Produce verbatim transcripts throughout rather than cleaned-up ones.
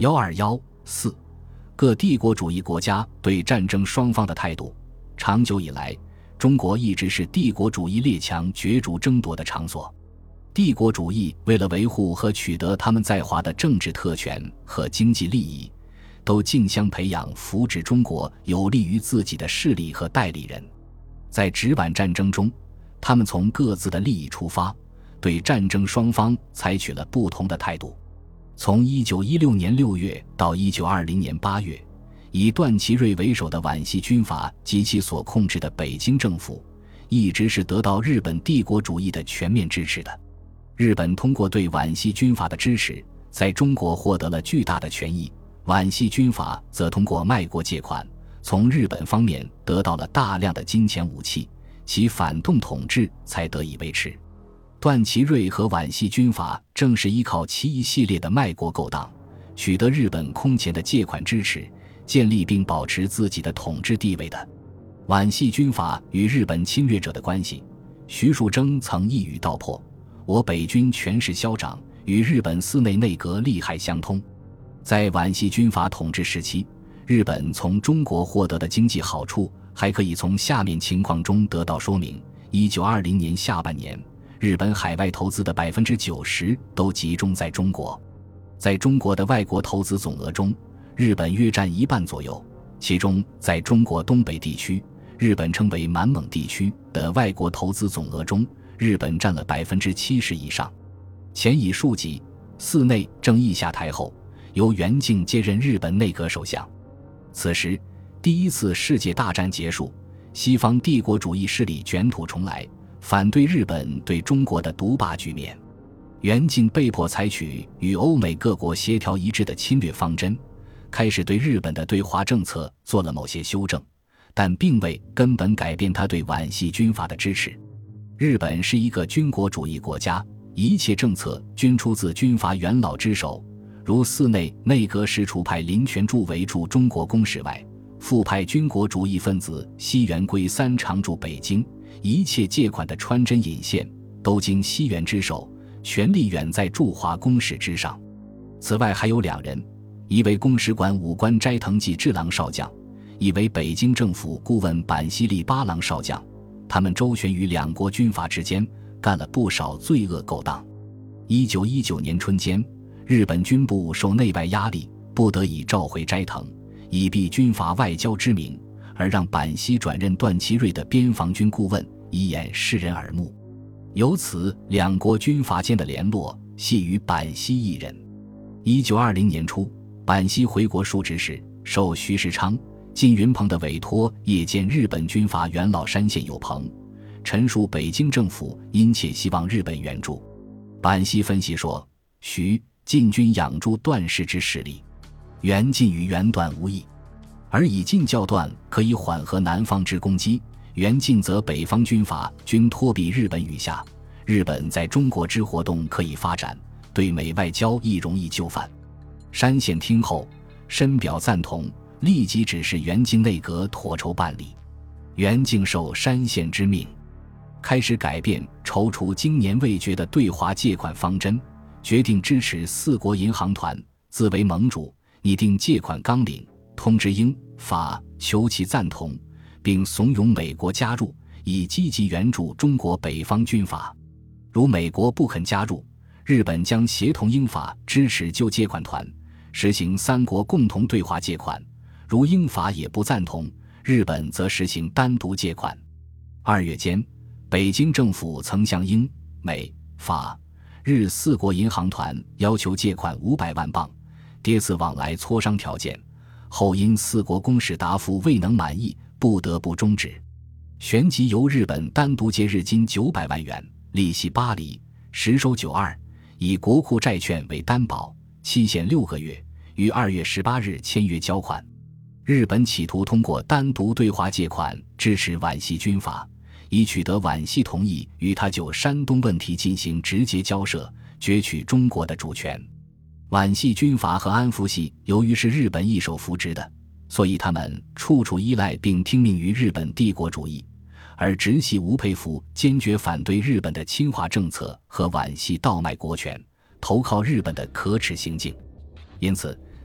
一二一四各帝国主义国家对战争双方的态度。长久以来，中国一直是帝国主义列强角逐争夺的场所。帝国主义为了维护和取得他们在华的政治特权和经济利益，都竞相培养扶植中国有利于自己的势力和代理人。在直皖战争中，他们从各自的利益出发，对战争双方采取了不同的态度。从一九一六年六月到一九二零年八月，以段祺瑞为首的皖系军阀及其所控制的北京政府，一直是得到日本帝国主义的全面支持的。日本通过对皖系军阀的支持，在中国获得了巨大的权益，皖系军阀则通过卖国借款，从日本方面得到了大量的金钱武器，其反动统治才得以维持。段祺瑞和皖系军阀正是依靠其一系列的卖国勾当，取得日本空前的借款支持，建立并保持自己的统治地位的。皖系军阀与日本侵略者的关系，徐树铮曾一语道破：我北军权势嚣张，与日本寺内内阁利害相通。在皖系军阀统治时期，日本从中国获得的经济好处还可以从下面情况中得到说明。一九二零年下半年，日本海外投资的 百分之九十 都集中在中国。在中国的外国投资总额中，日本约占一半左右，其中在中国东北地区，日本称为满蒙地区的外国投资总额中，日本占了 百分之七十 以上。前已述及，寺内正义下台后，由袁敬接任日本内阁首相。此时第一次世界大战结束，西方帝国主义势力卷土重来，反对日本对中国的独霸局面。袁敬被迫采取与欧美各国协调一致的侵略方针，开始对日本的对华政策做了某些修正，但并未根本改变他对皖系军阀的支持。日本是一个军国主义国家，一切政策均出自军阀元老之手，如寺内内阁时除派林权助为驻中国公使外，复派军国主义分子西园圭三常驻北京，一切借款的穿针引线都经西园之手，权力远在驻华公使之上。此外还有两人，一为公使馆武官斋藤纪治郎少将，一为北京政府顾问板西利八郎少将，他们周旋于两国军阀之间，干了不少罪恶勾当。一九一九年春间，日本军部受内外压力，不得已召回斋藤，以避军阀外交之名，而让板西转任段祺瑞的边防军顾问，以掩世人耳目。由此两国军阀间的联络系于板西一人。一九二零年初，板西回国述职时，受徐世昌、靳云鹏的委托，夜见日本军阀元老山县有朋，陈述北京政府殷切希望日本援助。板西分析说，徐、靳军养助段氏之势力，袁靳与袁段无异，而以靳较段可以缓和南方之攻击，袁靳则北方军阀均托庇日本雨下，日本在中国之活动可以发展，对美外交亦容易就范。山县听后深表赞同，立即指示袁敬内阁妥筹办理。袁敬受山县之命，开始改变踌躇经年未决的对华借款方针，决定支持四国银行团，自为盟主，拟定借款纲领，通知英、法，求其赞同，并怂恿美国加入，以积极援助中国北方军阀。如美国不肯加入，日本将协同英法支持旧借款团，实行三国共同对华借款。如英法也不赞同，日本则实行单独借款。二月间，北京政府曾向英、美、法、日四国银行团要求借款五百万镑，迭次往来磋商条件，后因四国公使答复未能满意，不得不终止。旋即由日本单独借日金九百万元，利息八厘，实收九二，以国库债券为担保，期限六个月，于二月十八日签约交款。日本企图通过单独对华借款支持皖系军阀，以取得皖系同意与他就山东问题进行直接交涉，攫取中国的主权。皖系军阀和安福系由于是日本一手扶植的，所以他们处处依赖并听命于日本帝国主义，而直系吴佩孚坚决反对日本的侵华政策和皖系倒卖国权，投靠日本的可耻行径。因此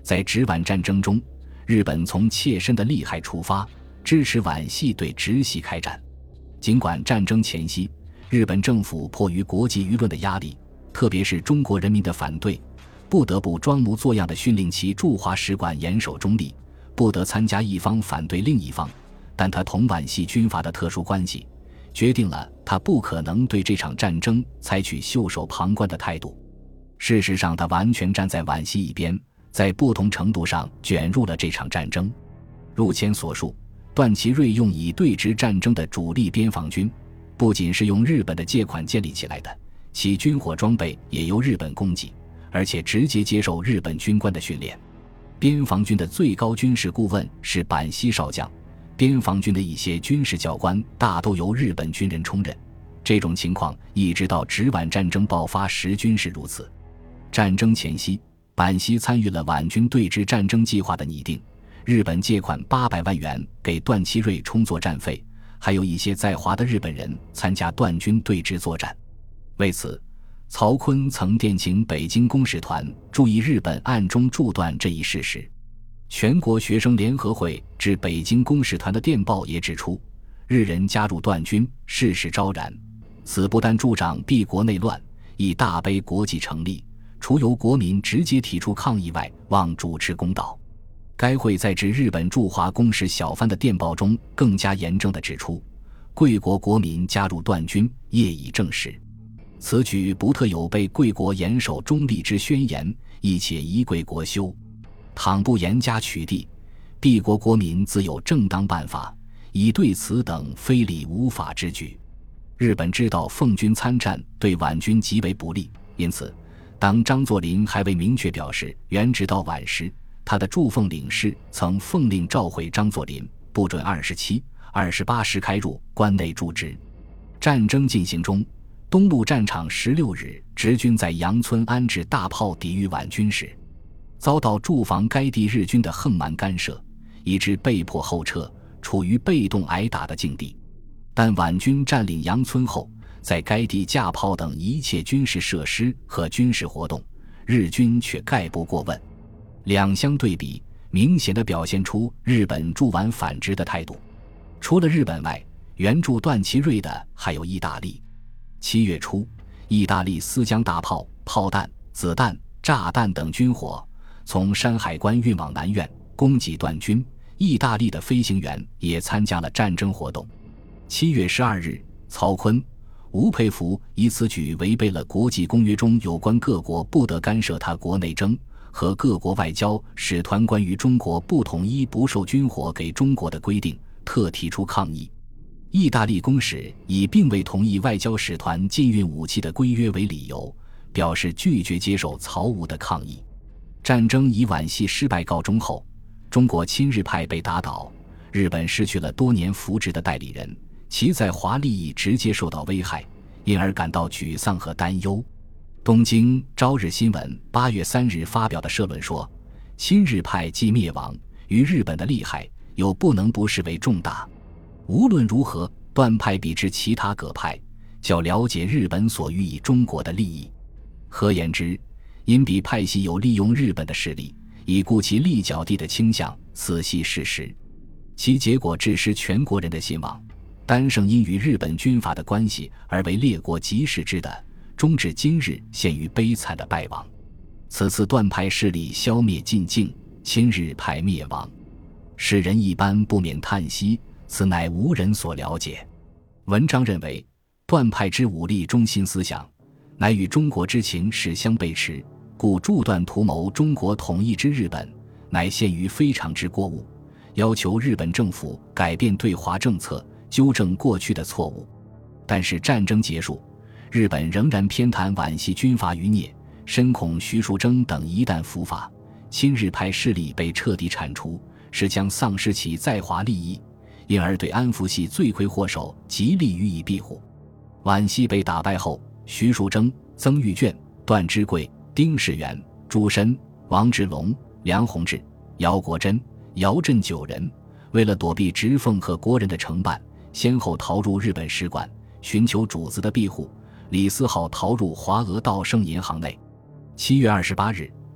在直皖战争中，日本从切身的利害出发，支持皖系对直系开战。尽管战争前夕，日本政府迫于国际舆论的压力，特别是中国人民的反对，不得不装模作样地训令其驻华使馆严守中立，不得参加一方反对另一方，但他同皖系军阀的特殊关系决定了他不可能对这场战争采取袖手旁观的态度。事实上，他完全站在皖系一边，在不同程度上卷入了这场战争。如前所述，段祺瑞用以对直战争的主力边防军，不仅是用日本的借款建立起来的，其军火装备也由日本供给，而且直接接受日本军官的训练。边防军的最高军事顾问是坂西少将，边防军的一些军事教官大都由日本军人充任。这种情况一直到直皖战争爆发时均是如此。战争前夕，坂西参与了皖军对直战争计划的拟定，日本借款八百万元给段祺瑞充作战费，还有一些在华的日本人参加段军对直作战。为此，曹锟曾电请北京公使团注意日本暗中助段这一事实。全国学生联合会致北京公使团的电报也指出，日人加入段军，事事昭然，此不但助长避国内乱，亦大悲国际成立，除由国民直接提出抗议外，望主持公道。该会在致日本驻华公使小帆的电报中更加严正地指出，贵国国民加入段军，业已证实。此举不特有被贵国严守中立之宣言，亦且宜贵国修。倘不严加取缔，敝国国民自有正当办法，以对此等非礼无法之举。日本知道奉军参战对皖军极为不利，因此当张作霖还未明确表示原直到皖时，他的驻奉领事曾奉令召回张作霖，不准二十七、二十八师开入关内驻直。战争进行中，东路战场十六日，直军在杨村安置大炮抵御皖军时，遭到驻防该地日军的横蛮干涉，以致被迫后撤，处于被动挨打的境地。但皖军占领杨村后，在该地架炮等一切军事设施和军事活动，日军却概不过问。两相对比，明显地表现出日本驻皖反直的态度。除了日本外，援助段祺瑞的还有意大利。七月初，意大利私将大炮、炮弹、子弹、炸弹等军火从山海关运往南苑，供给段军。意大利的飞行员也参加了战争活动。七月十二日，曹锟、吴佩孚以此举违背了国际公约中有关各国不得干涉他国内政和各国外交使团关于中国不统一不售军火给中国的规定，特提出抗议。意大利公使以并未同意外交使团禁运武器的规约为理由，表示拒绝接受曹吴的抗议。战争以皖系失败告终后，中国亲日派被打倒，日本失去了多年扶植的代理人，其在华利益直接受到危害，因而感到沮丧和担忧。东京朝日新闻八月三日发表的社论说，亲日派既灭亡，于日本的利害又不能不视为重大。无论如何，段派比之其他各派较了解日本所予以中国的利益。合言之，因彼派系有利用日本的势力以固其立脚地的倾向，此系事实。其结果致失全国人的信望，单胜因与日本军阀的关系而为列国即视之的，终至今日陷于悲惨的败亡。此次段派势力消灭尽尽，亲日派灭亡，世人一般不免叹息，此乃无人所了解。文章认为，段派之武力中心思想，乃与中国之情势相背驰，故筑段图谋中国统一之日本，乃陷于非常之过误，要求日本政府改变对华政策，纠正过去的错误。但是战争结束，日本仍然偏袒皖系军阀余孽，深恐徐树铮等一旦伏法，亲日派势力被彻底铲除，是将丧失其在华利益，因而对安福系罪魁祸首极力予以庇护。皖系被打败后，徐树铮、曾玉卷、段芝贵、丁士元、朱深、王志龙、梁鸿志、姚国珍、姚振九人为了躲避直奉和国人的承办，先后逃入日本使馆，寻求主子的庇护。李思浩逃入华俄道生银行内。七月二十八日，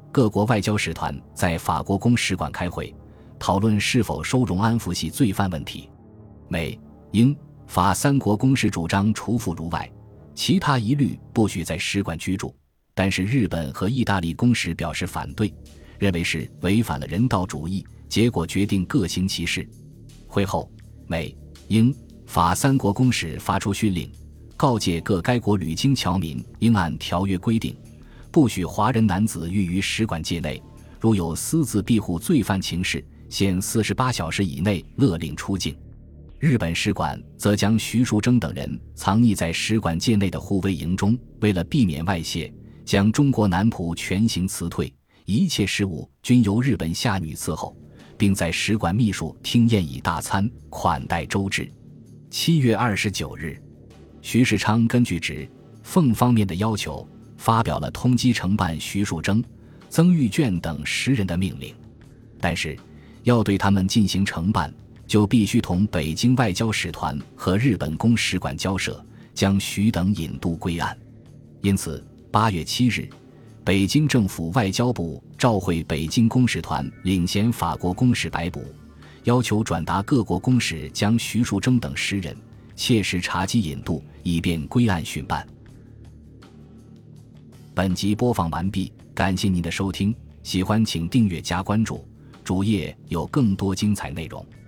各国外交使团在法国公使馆开会，讨论是否收容安福系罪犯问题。美、英、法三国公使主张除妇孺外，其他一律不许在使馆居住，但是日本和意大利公使表示反对，认为是违反了人道主义，结果决定各行其事。会后，美、英、法三国公使发出训令，告诫各该国旅京侨民应按条约规定，不许华人男子寓于使馆界内，如有私自庇护罪犯情事，限四十八小时以内勒令出境。日本使馆则将徐树铮等人藏匿在使馆界内的护卫营中，为了避免外泄，将中国男仆全行辞退，一切事务均由日本下女伺候，并在使馆秘书厅宴以大餐，款待周至。七月二十九日，徐世昌根据直、奉方面的要求，发表了通缉承办徐树铮、曾玉卷等十人的命令，但是要对他们进行承办，就必须同北京外交使团和日本公使馆交涉，将徐等引渡归案。因此八月七日，北京政府外交部召会北京公使团领衔法国公使白捕，要求转达各国公使将徐树铮等十人切实查缉引渡，以便归案讯办。本集播放完毕，感谢您的收听，喜欢请订阅加关注，主页有更多精彩内容。